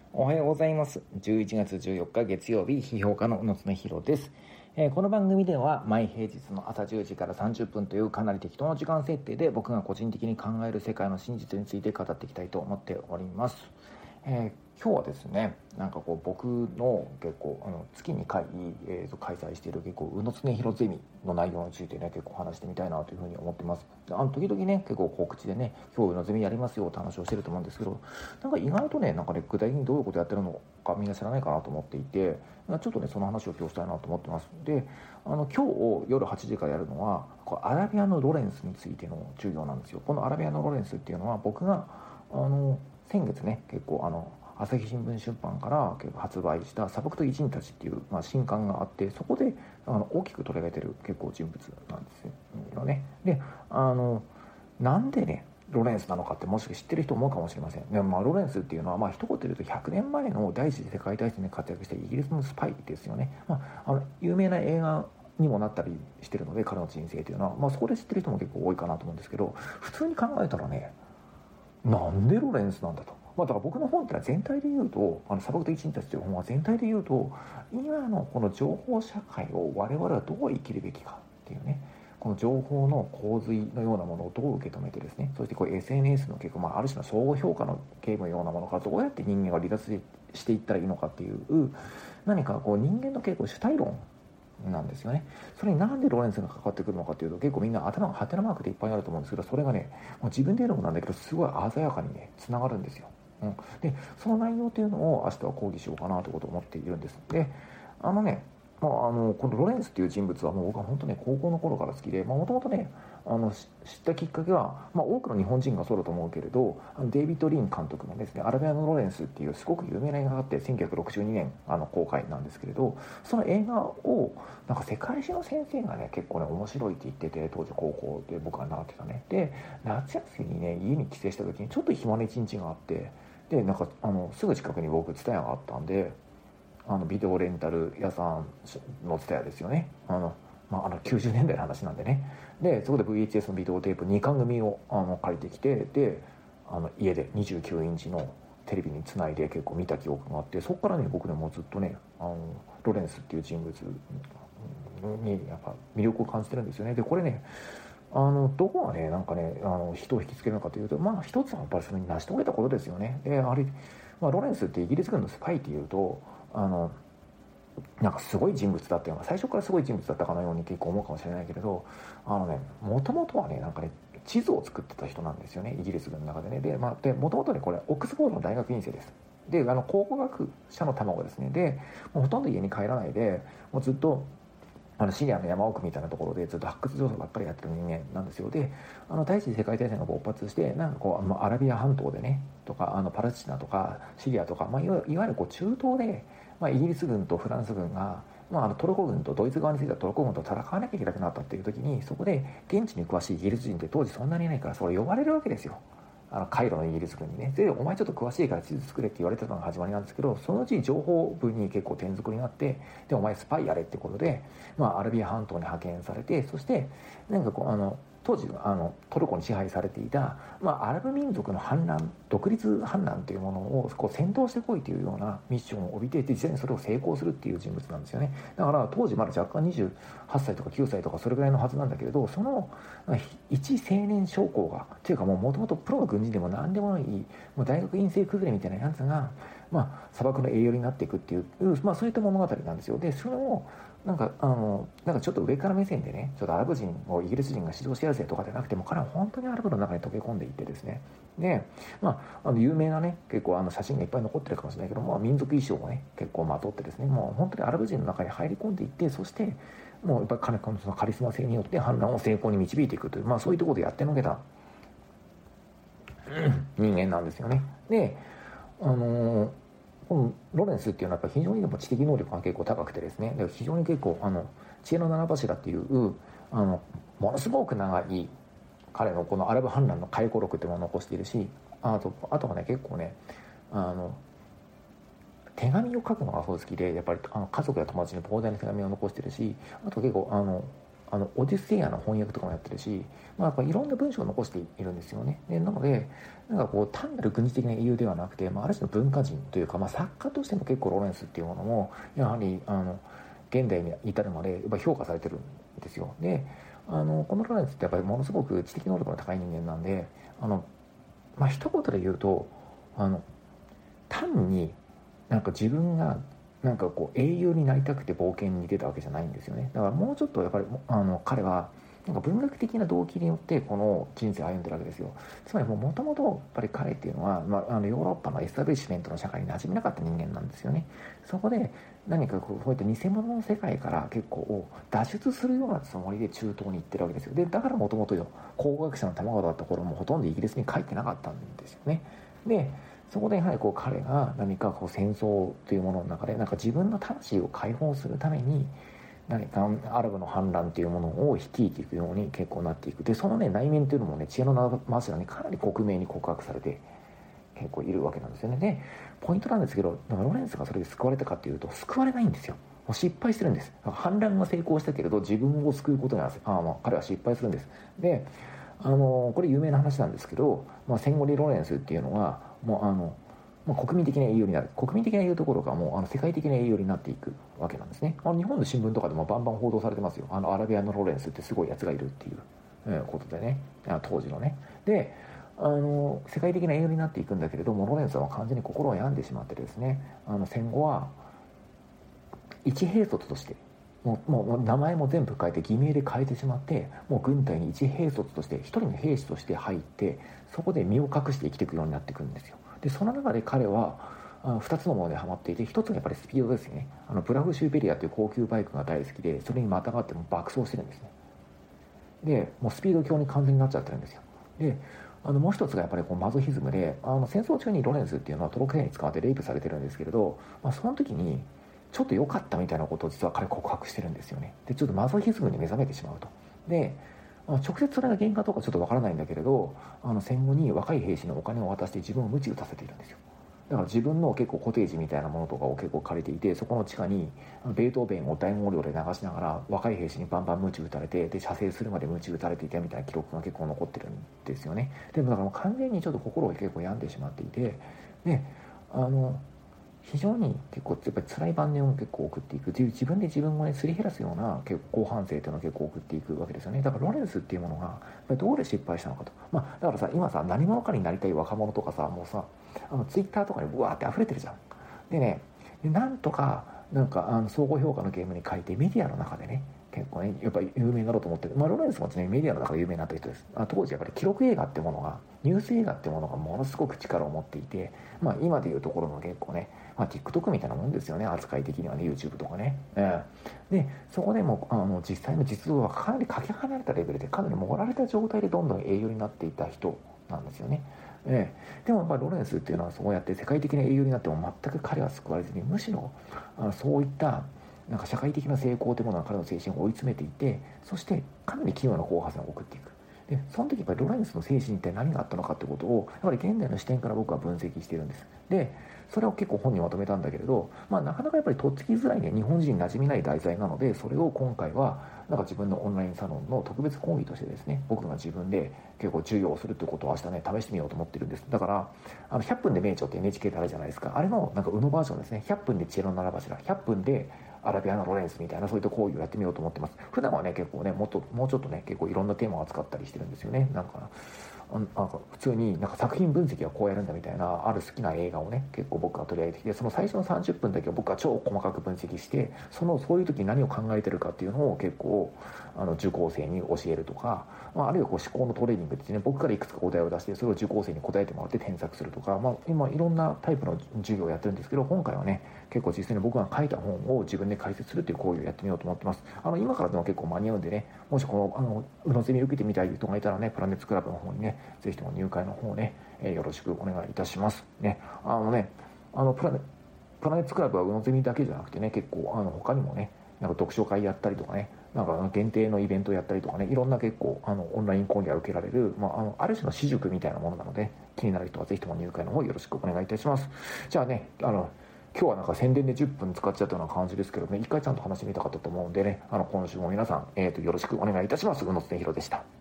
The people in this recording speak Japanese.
おはようございます。11月14日月曜日、批評家の宇野恒弘です。この番組では毎平日の朝10時から30分というかなり適当な時間設定で僕が個人的に考える世界の真実について語っていきたいと思っております。今日はですね、僕の結構月2回、開催している結構宇野恒弘ゼミの内容についてね結構話してみたいなというふうに思ってます。時々ね結構告知でね今日宇野ゼミやりますよって話をしてると思うんですけど、意外とね具体的にどういうことやってるのかみんな知らないかなと思っていて、ちょっとねその話を今日したいなと思ってます。で今日夜8時からやるのはアラビアのロレンスについての授業なんですよ。このアラビアのロレンスっていうのは僕が先月ね結構朝日新聞出版から結構発売した砂漠と偉人たちっていう、新刊があって、そこで大きく取り上げてる結構人物なんですよね。でなんでねロレンスなのかってもしか知ってる人思うかもしれません。でロレンスっていうのは一言で言うと100年前の第一次世界大戦で活躍したイギリスのスパイですよね。有名な映画にもなったりしてるので彼の人生というのは、そこで知ってる人も結構多いかなと思うんですけど、普通に考えたらね、なんでロレンスなんだと。だから僕の本ってのは全体で言うと砂漠と一日たちという本は全体で言うと今のこの情報社会を我々はどう生きるべきかっていうね、この情報の洪水のようなものをどう受け止めてですね、そしてSNS の結構、ある種の相互評価のゲームのようなものからどうやって人間が離脱していったらいいのかっていう何か人間の結構主体論なんですよね。それになんでロレンスが関わってくるのかというと、結構みんな頭がハテナマークでいっぱいあると思うんですけど、それがねもう自分で言うのもなんだけどすごい鮮やかにねつながるんですよ。でその内容というのを明日は講義しようかなということを思っているんです。でこのロレンスっていう人物はもう僕は本当ね高校の頃から好きで、もともとね知ったきっかけは、多くの日本人がそうだと思うけれど、デイビッド・リン監督のですねアラビアのロレンスっていうすごく有名な映画があって1962年公開なんですけれど、その映画を世界史の先生がね結構ね面白いって言ってて、当時高校で僕が習ってたね。で夏休みにね家に帰省した時にちょっと暇な一日があって、ですぐ近くに僕ツタヤがあったんで、ビデオレンタル屋さんのツタヤですよね。90年代の話なんでね。でそこで VHS のビデオテープ2巻組を借りてきて、で家で29インチのテレビにつないで結構見た記憶があって、そこからね僕ねもうずっとねロレンスっていう人物にやっぱ魅力を感じてるんですよね。でこれねどこがね人を引きつけるのかというと、一つはやっぱりそれに成し遂げたことですよね。でロレンスってイギリス軍のスパイっていうとすごい人物だったような、最初からすごい人物だったかのように結構思うかもしれないけれど、もともとはね地図を作ってた人なんですよね、イギリス軍の中でね。でもともとねこれオックスフォードの大学院生です。で考古学者の卵ですね。でもうほとんど家に帰らないでもうずっとシリアの山奥みたいなところでずっと発掘調査ばっかりやってる人間なんですよ。で第一次世界大戦が勃発してアラビア半島でねとかパレスチナとかシリアとか、いわゆる中東で、イギリス軍とフランス軍が、トルコ軍とドイツ側についてはトルコ軍と戦わなきゃいけなくなったっていう時に、そこで現地に詳しいイギリス人って当時そんなにいないから、それ呼ばれるわけですよ。カイロのイギリス軍にね。でお前ちょっと詳しいから地図作れって言われてたのが始まりなんですけど、そのうち情報部に結構転属になって、でお前スパイやれってことで、アラビア半島に派遣されて、そして当時トルコに支配されていた、アラブ民族の反乱、独立反乱というものを先導してこいというようなミッションを帯びていて、実際にそれを成功するっていう人物なんですよね。だから当時まだ若干28歳とか9歳とかそれぐらいのはずなんだけれど、その一青年将校がというかもともとプロの軍人でも何でもいいもう大学院生崩れみたいなやつが、砂漠の栄養になっていくっていう、そういった物語なんですよ。でそれをちょっと上から目線でね、ちょっとアラブ人をイギリス人が指導してやるぜとかじゃなくても、彼は本当にアラブの中に溶け込んでいってですね。で有名なね結構写真がいっぱい残ってるかもしれないけど、民族衣装をね結構まとってですね、もう本当にアラブ人の中に入り込んでいって、そしてもうやっぱりそのカリスマ性によって反乱を成功に導いていくという、そういうところでやってのけた人間なんですよね。でこのロレンスっていうのはやっぱ非常にでも知的能力が結構高くてですね、で非常に結構知恵の七柱っていうものすごく長い彼のこのアラブ反乱の回顧録っていうのを残しているし、あとはね結構ね手紙を書くのがそう好きで、やっぱり家族や友達に膨大な手紙を残してるし、あと結構オデュッセイアの翻訳とかもやってるし、やっぱいろんな文章を残しているんですよね。でなので単なる軍事的な英雄ではなくて、ある種の文化人というか、作家としても結構ロレンスっていうものもやはり現代に至るまでやっぱ評価されてるんですよ。でこのロレンスってやっぱりものすごく知的能力の高い人間なんで、一言で言うと単に自分が英雄になりたくて冒険に出たわけじゃないんですよね。だからもうちょっとやっぱり彼は文学的な動機によってこの人生を歩んでるわけですよ。つまりもともとやっぱり彼っていうのは、ヨーロッパのエスタブリッシュメントの社会に馴染めなかった人間なんですよね。そこで何かこういった偽物の世界から結構脱出するようなつもりで中東に行ってるわけですよ。でだからもともと考古学者の卵だった頃もほとんどイギリスに帰ってなかったんですよね。でそこでやはり彼が何か戦争というものの中で自分の魂を解放するために何かアラブの反乱というものを率いていくように結構なっていく。でその内面というのも知恵の柱にかなり克明に告白されて結構いるわけなんですよね。でポイントなんですけど、ロレンスがそれで救われたかっていうと救われないんですよ。もう失敗してるんです。反乱は成功したけれど自分を救うことには彼は失敗するんです。でこれ有名な話なんですけど、戦後にロレンスっていうのはもう国民的な英雄になる。国民的な英雄どころかもう世界的な英雄になっていくわけなんですね。日本の新聞とかでもバンバン報道されてますよ。アラビアのロレンスってすごいやつがいるっていう、ことでね、当時のね。で世界的な英雄になっていくんだけれども、ロレンスは完全に心を病んでしまってですね、戦後は一兵卒としてもう名前も全部変えて偽名で変えてしまって、もう軍隊に一兵卒として一人の兵士として入って、そこで身を隠して生きていくようになっていくんですよ。でその中で彼は2つのものでハマっていて、1つがやっぱりスピードですよね。ブラフシューベリアという高級バイクが大好きで、それにまたがっても爆走してるんですね。でもうスピード強に完全になっちゃってるんですよ。でもう一つがやっぱりマゾヒズムで、戦争中にロレンスっていうのはトロク兵に使われてレイプされてるんですけれど、その時にちょっと良かったみたいなことを実は彼告白してるんですよね。でちょっとマゾヒズムに目覚めてしまうと。で直接それが原因かどうかちょっとわからないんだけれど、戦後に若い兵士にお金を渡して自分を鞭打たせているんですよ。だから自分の結構コテージみたいなものとかを結構借りていて、そこの地下にベートーベンを大音量で流しながら若い兵士にバンバン鞭打たれて、で射精するまで鞭打たれていたみたいな記録が結構残ってるんですよね。でもだからもう完全にちょっと心を結構病んでしまっていて、で非常に結構やっぱり辛い晩年を結構送っていくという、自分で自分をすり減らすような結構後半生というのを結構送っていくわけですよね。だからロレンスっていうものがやっぱりどうで失敗したのかと。だからさ、今さ何者かになりたい若者とかさ、もうさツイッターとかにブワーって溢れてるじゃん。でね、なんとか総合評価のゲームに書いてメディアの中でね結構ねやっぱり有名になろうと思ってる。ロレンスもねメディアの中で有名になった人です。当時やっぱり記録映画ってものが、ニュース映画ってものがものすごく力を持っていて、今でいうところの結構ね、TikTok みたいなもんですよね、扱い的にはね、 YouTube とかね、でそこでも実際の実像はかなりかけ離れたレベルで、かなり盛られた状態でどんどん英雄になっていた人なんですよね。でもロレンスっていうのはそうやって世界的な英雄になっても全く彼は救われずに、むしろそういった社会的な成功というものが彼の精神を追い詰めていて、そしてかなり奇妙な後半戦を送っていく。でその時やっぱりロレンスの精神に一体何があったのかってことをやっぱり現代の視点から僕は分析しているんです。でそれを結構本にまとめたんだけれど、なかなかやっぱりとっつきづらいね、日本人に馴染みない題材なので、それを今回は自分のオンラインサロンの特別講義としてですね、僕が自分で結構授業をするということを明日ね試してみようと思ってるんです。だから100分で名著って NHK であるじゃないですか。あれの宇野バージョンですね。100分で知恵の七柱、100分でアラビアのロレンスみたいな、そういった講義をやってみようと思ってます。普段はね結構ねもうちょっとね結構いろんなテーマを扱ったりしてるんですよね。普通に作品分析はこうやるんだみたいな、ある好きな映画をね結構僕が取り上げてきて、その最初の30分だけを僕は超細かく分析して、そういう時に何を考えてるかっていうのを結構受講生に教えるとか、あるいは思考のトレーニングってね、僕からいくつか答えを出して、それを受講生に答えてもらって添削するとか、今いろんなタイプの授業をやってるんですけど、今回はね結構実際に僕が書いた本を自分で解説するっていう講義をやってみようと思ってます。今からでも結構間に合うんでね、もしこの宇野ゼミ受けてみたい人がいたらね、プラネッツクラブの方にねぜひとも入会の方ね、よろしくお願いいたしますね。プラネッツクラブは宇野ゼミだけじゃなくてね、結構他にもね読書会やったりとかね、限定のイベントやったりとかね、いろんな結構オンライン講義が受けられる、ある種の私塾みたいなものなので、気になる人はぜひとも入会の方よろしくお願いいたします。じゃあね今今日はなんか宣伝で10分使っちゃったような感じですけどね、一回ちゃんと話してみたかったと思うんでね、今週も皆さん、よろしくお願いいたします。宇野恒弘でした。